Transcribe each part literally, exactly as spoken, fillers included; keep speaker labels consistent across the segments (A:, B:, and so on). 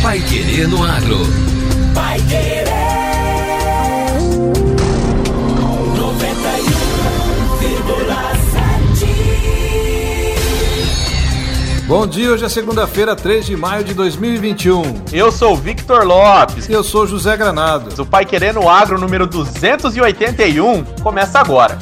A: Paiquerê no Agro.
B: Paiquerê noventa e um vírgula sete.
C: Bom dia, hoje é segunda-feira, três de maio de dois mil e vinte e um.
D: Eu sou o Victor Lopes.
C: E eu sou José Granado.
D: O Paiquerê no Agro número duzentos e oitenta e um começa agora.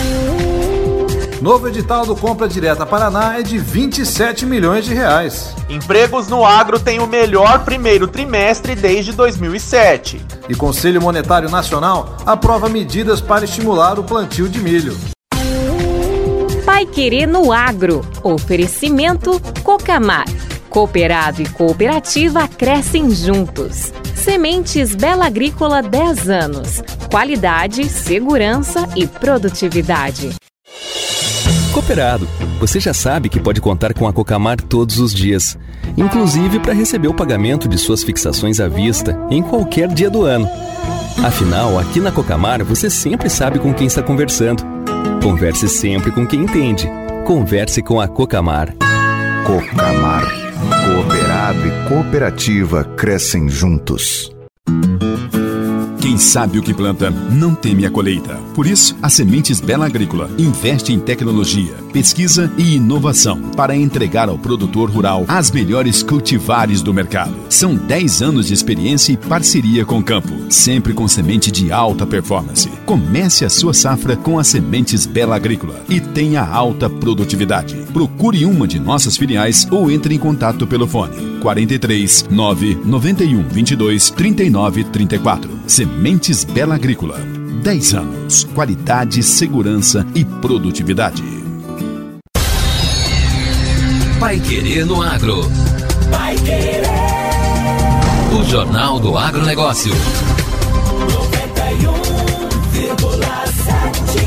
C: Novo edital do Compra Direta Paraná é de vinte e sete milhões de reais.
D: Empregos no agro têm o melhor primeiro trimestre desde dois mil e sete.
C: E Conselho Monetário Nacional aprova medidas para estimular o plantio de milho.
E: Paiquerê no Agro. Oferecimento Cocamar. Cooperado e cooperativa crescem juntos. Sementes Bela Agrícola dez anos. Qualidade, segurança e produtividade.
F: Cooperado, você já sabe que pode contar com a Cocamar todos os dias, inclusive para receber o pagamento de suas fixações à vista em qualquer dia do ano. Afinal, aqui na Cocamar você sempre sabe com quem está conversando. Converse sempre com quem entende. Converse com a Cocamar.
G: Cocamar. Cooperado e cooperativa crescem juntos.
H: Quem sabe o que planta, não teme a colheita. Por isso, a Sementes Bela Agrícola investe em tecnologia, pesquisa e inovação para entregar ao produtor rural as melhores cultivares do mercado. São dez anos de experiência e parceria com o campo, sempre com semente de alta performance. Comece a sua safra com as Sementes Bela Agrícola e tenha alta produtividade. Procure uma de nossas filiais ou entre em contato pelo fone quarenta e três, nove, noventa e um, vinte e dois, trinta e nove, trinta e quatro. Sementes Bela Agrícola. dez anos. Qualidade, segurança e produtividade.
A: Paiquerê no Agro.
B: Paiquerê.
A: O Jornal do Agronegócio.
B: noventa e um vírgula sete.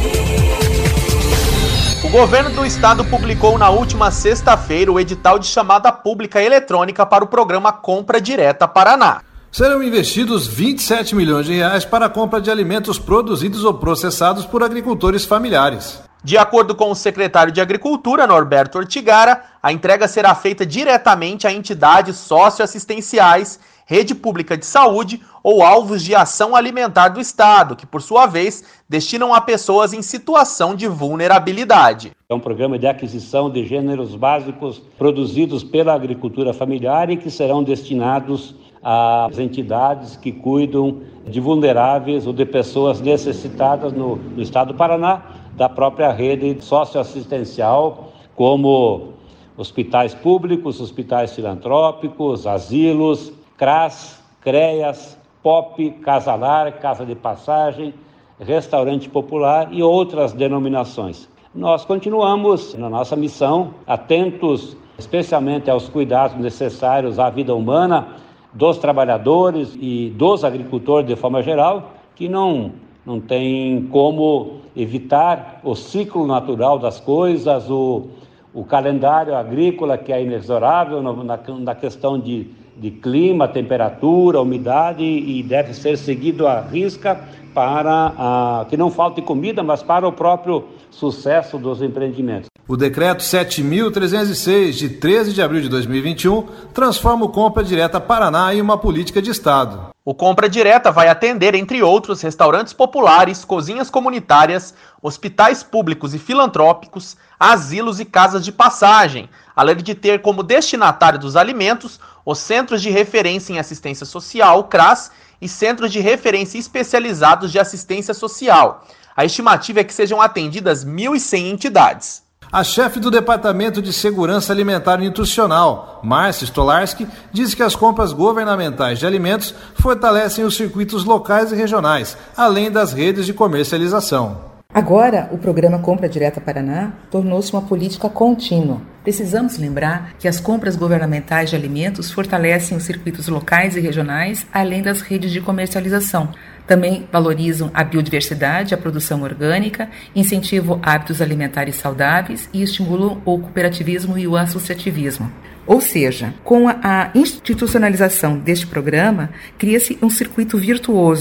D: O governo do estado publicou na última sexta-feira o edital de chamada pública eletrônica para o programa Compra Direta Paraná.
C: Serão investidos vinte e sete milhões de reais para a compra de alimentos produzidos ou processados por agricultores familiares.
D: De acordo com o secretário de Agricultura, Norberto Ortigara, a entrega será feita diretamente a entidades socioassistenciais, rede pública de saúde ou alvos de ação alimentar do Estado, que, por sua vez, destinam a pessoas em situação de vulnerabilidade.
I: É um programa de aquisição de gêneros básicos produzidos pela agricultura familiar e que serão destinados às entidades que cuidam de vulneráveis ou de pessoas necessitadas no, no Estado do Paraná, da própria rede socioassistencial, como hospitais públicos, hospitais filantrópicos, asilos, C R A S, CREAS, P O P, Casalar, Casa de Passagem, Restaurante Popular e outras denominações. Nós continuamos na nossa missão, atentos especialmente aos cuidados necessários à vida humana dos trabalhadores e dos agricultores de forma geral, que não, não tem como evitar o ciclo natural das coisas, o, o calendário agrícola que é inexorável na, na questão de de clima, temperatura, umidade e deve ser seguido à risca para a, que não falte comida, mas para o próprio sucesso dos empreendimentos.
C: O decreto sete mil trezentos e seis, de treze de abril de dois mil e vinte e um, transforma o Compra Direta Paraná em uma política de Estado.
D: O Compra Direta vai atender, entre outros, restaurantes populares, cozinhas comunitárias, hospitais públicos e filantrópicos, asilos e casas de passagem, além de ter como destinatário dos alimentos os Centros de Referência em Assistência Social, C R A S, e Centros de Referência Especializados de Assistência Social. A estimativa é que sejam atendidas mil e cem entidades.
C: A chefe do Departamento de Segurança Alimentar e Nutricional, Márcia Stolarski, diz que as compras governamentais de alimentos fortalecem os circuitos locais e regionais, além das redes de comercialização.
J: Agora, o programa Compra Direta Paraná tornou-se uma política contínua. Precisamos lembrar que as compras governamentais de alimentos fortalecem os circuitos locais e regionais, além das redes de comercialização. Também valorizam a biodiversidade, a produção orgânica, incentivam hábitos alimentares saudáveis e estimulam o cooperativismo e o associativismo. Ou seja, com a institucionalização deste programa, cria-se um circuito virtuoso,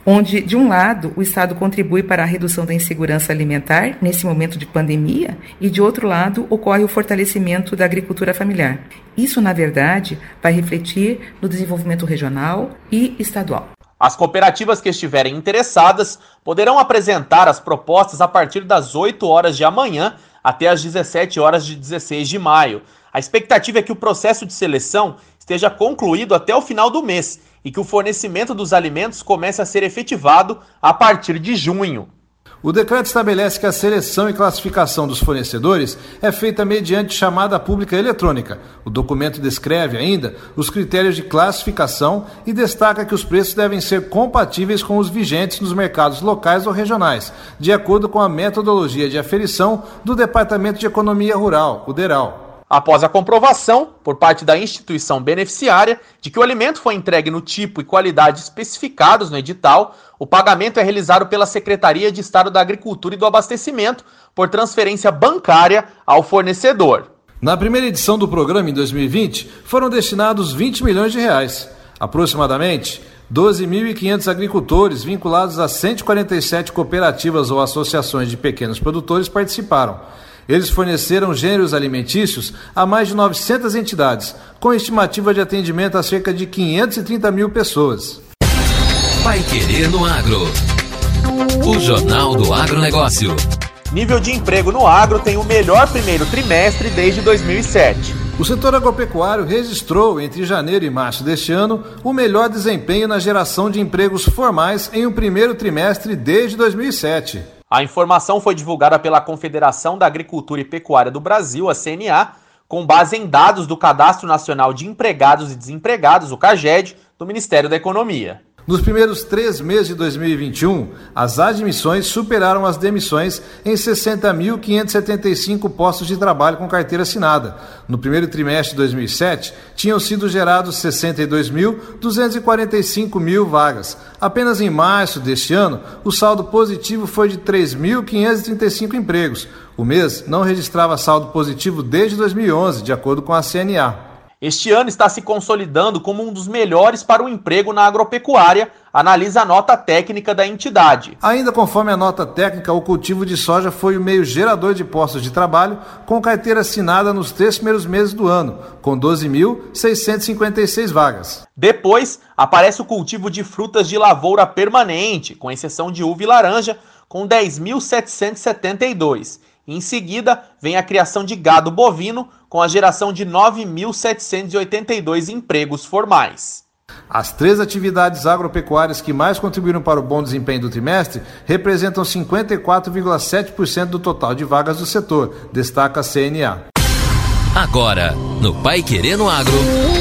J: onde, de um lado, o Estado contribui para a redução da insegurança alimentar nesse momento de pandemia e, de outro lado, ocorre o fortalecimento da agricultura familiar. Isso, na verdade, vai refletir no desenvolvimento regional e estadual.
D: As cooperativas que estiverem interessadas poderão apresentar as propostas a partir das oito horas de amanhã até as dezessete horas de dezesseis de maio. A expectativa é que o processo de seleção esteja concluído até o final do mês e que o fornecimento dos alimentos comece a ser efetivado a partir de junho.
C: O decreto estabelece que a seleção e classificação dos fornecedores é feita mediante chamada pública eletrônica. O documento descreve ainda os critérios de classificação e destaca que os preços devem ser compatíveis com os vigentes nos mercados locais ou regionais, de acordo com a metodologia de aferição do Departamento de Economia Rural, o DERAL.
D: Após a comprovação, por parte da instituição beneficiária, de que o alimento foi entregue no tipo e qualidade especificados no edital, o pagamento é realizado pela Secretaria de Estado da Agricultura e do Abastecimento por transferência bancária ao fornecedor.
C: Na primeira edição do programa, em dois mil e vinte, foram destinados vinte milhões de reais. Aproximadamente doze mil e quinhentos agricultores vinculados a cento e quarenta e sete cooperativas ou associações de pequenos produtores participaram. Eles forneceram gêneros alimentícios a mais de novecentas entidades, com estimativa de atendimento a cerca de quinhentas e trinta mil pessoas.
A: Paiquerê no Agro. O Jornal do Agronegócio.
D: Nível de emprego no agro tem o melhor primeiro trimestre desde dois mil e sete.
C: O setor agropecuário registrou, entre janeiro e março deste ano, o melhor desempenho na geração de empregos formais em um primeiro trimestre desde dois mil e sete.
D: A informação foi divulgada pela Confederação da Agricultura e Pecuária do Brasil, a C N A, com base em dados do Cadastro Nacional de Empregados e Desempregados, o CAGED, do Ministério da Economia.
C: Nos primeiros três meses de dois mil e vinte e um, as admissões superaram as demissões em sessenta mil quinhentos e setenta e cinco postos de trabalho com carteira assinada. No primeiro trimestre de dois mil e sete, tinham sido gerados sessenta e dois mil duzentos e quarenta e cinco mil vagas. Apenas em março deste ano, o saldo positivo foi de três mil quinhentos e trinta e cinco empregos. O mês não registrava saldo positivo desde dois mil e onze, de acordo com a C N A.
D: Este ano está se consolidando como um dos melhores para o emprego na agropecuária, analisa a nota técnica da entidade.
C: Ainda conforme a nota técnica, o cultivo de soja foi o meio gerador de postos de trabalho, com carteira assinada nos três primeiros meses do ano, com doze mil seiscentos e cinquenta e seis vagas.
D: Depois, aparece o cultivo de frutas de lavoura permanente, com exceção de uva e laranja, com dez mil setecentos e setenta e dois. Em seguida, vem a criação de gado bovino, com a geração de nove mil setecentos e oitenta e dois empregos formais.
C: As três atividades agropecuárias que mais contribuíram para o bom desempenho do trimestre representam cinquenta e quatro vírgula sete por cento do total de vagas do setor, destaca a C N A.
A: Agora, no Paiquerê no Agro,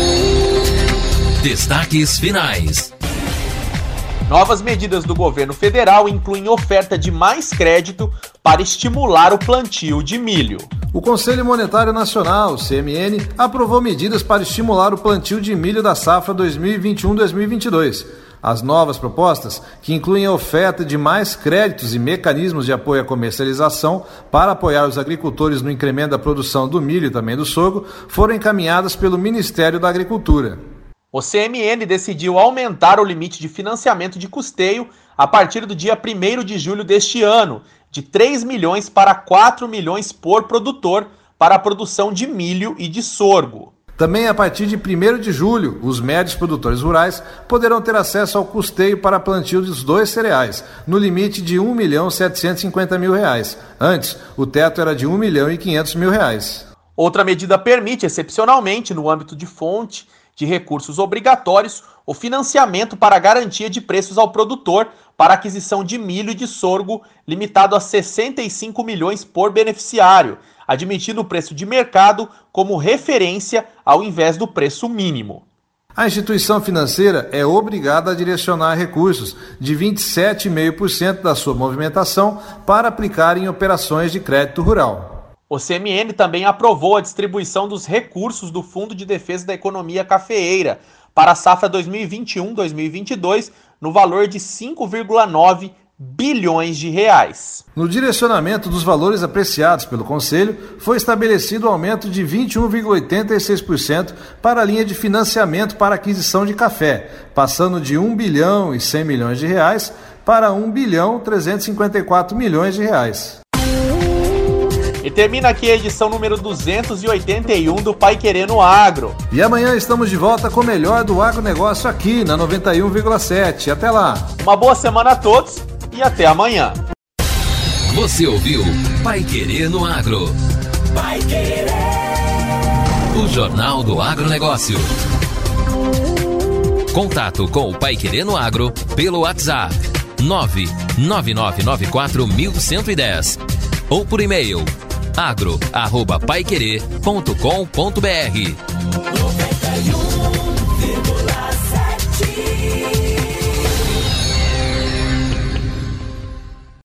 A: destaques finais.
D: Novas medidas do governo federal incluem oferta de mais crédito para estimular o plantio de milho.
C: O Conselho Monetário Nacional, C M N, aprovou medidas para estimular o plantio de milho da safra dois mil e vinte e um a dois mil e vinte e dois. As novas propostas, que incluem a oferta de mais créditos e mecanismos de apoio à comercialização para apoiar os agricultores no incremento da produção do milho e também do sorgo, foram encaminhadas pelo Ministério da Agricultura.
D: O C M N decidiu aumentar o limite de financiamento de custeio a partir do dia primeiro de julho deste ano, de três milhões para quatro milhões por produtor para a produção de milho e de sorgo.
C: Também a partir de primeiro de julho, os médios produtores rurais poderão ter acesso ao custeio para plantio dos dois cereais, no limite de um milhão setecentos e cinquenta mil reais. Antes, o teto era de um milhão e quinhentos mil reais.
D: Outra medida permite, excepcionalmente, no âmbito de fonte de recursos obrigatórios, o financiamento para garantia de preços ao produtor para aquisição de milho e de sorgo, limitado a sessenta e cinco milhões por beneficiário, admitindo o preço de mercado como referência ao invés do preço mínimo.
C: A instituição financeira é obrigada a direcionar recursos de vinte e sete vírgula cinco por cento da sua movimentação para aplicar em operações de crédito rural.
D: O C M N também aprovou a distribuição dos recursos do Fundo de Defesa da Economia Cafeeira para a safra dois mil e vinte e um a dois mil e vinte e dois no valor de cinco vírgula nove bilhões de reais.
C: No direcionamento dos valores apreciados pelo Conselho, foi estabelecido o aumento de vinte e um vírgula oitenta e seis por cento para a linha de financiamento para aquisição de café, passando de um bilhão e cem milhões de reais para um bilhão trezentos e cinquenta e quatro milhões de reais.
D: E termina aqui a edição número duzentos e oitenta e um do Paiquerê no Agro.
C: E amanhã estamos de volta com o melhor do agronegócio aqui na noventa e um vírgula sete. Até lá.
D: Uma boa semana a todos e até amanhã.
A: Você ouviu Paiquerê no Agro.
B: Paiquerê.
A: O Jornal do Agronegócio. Contato com o Paiquerê no Agro pelo WhatsApp nove nove nove nove quatro um um zero ou por e-mail agro arroba paiquerê ponto com ponto br.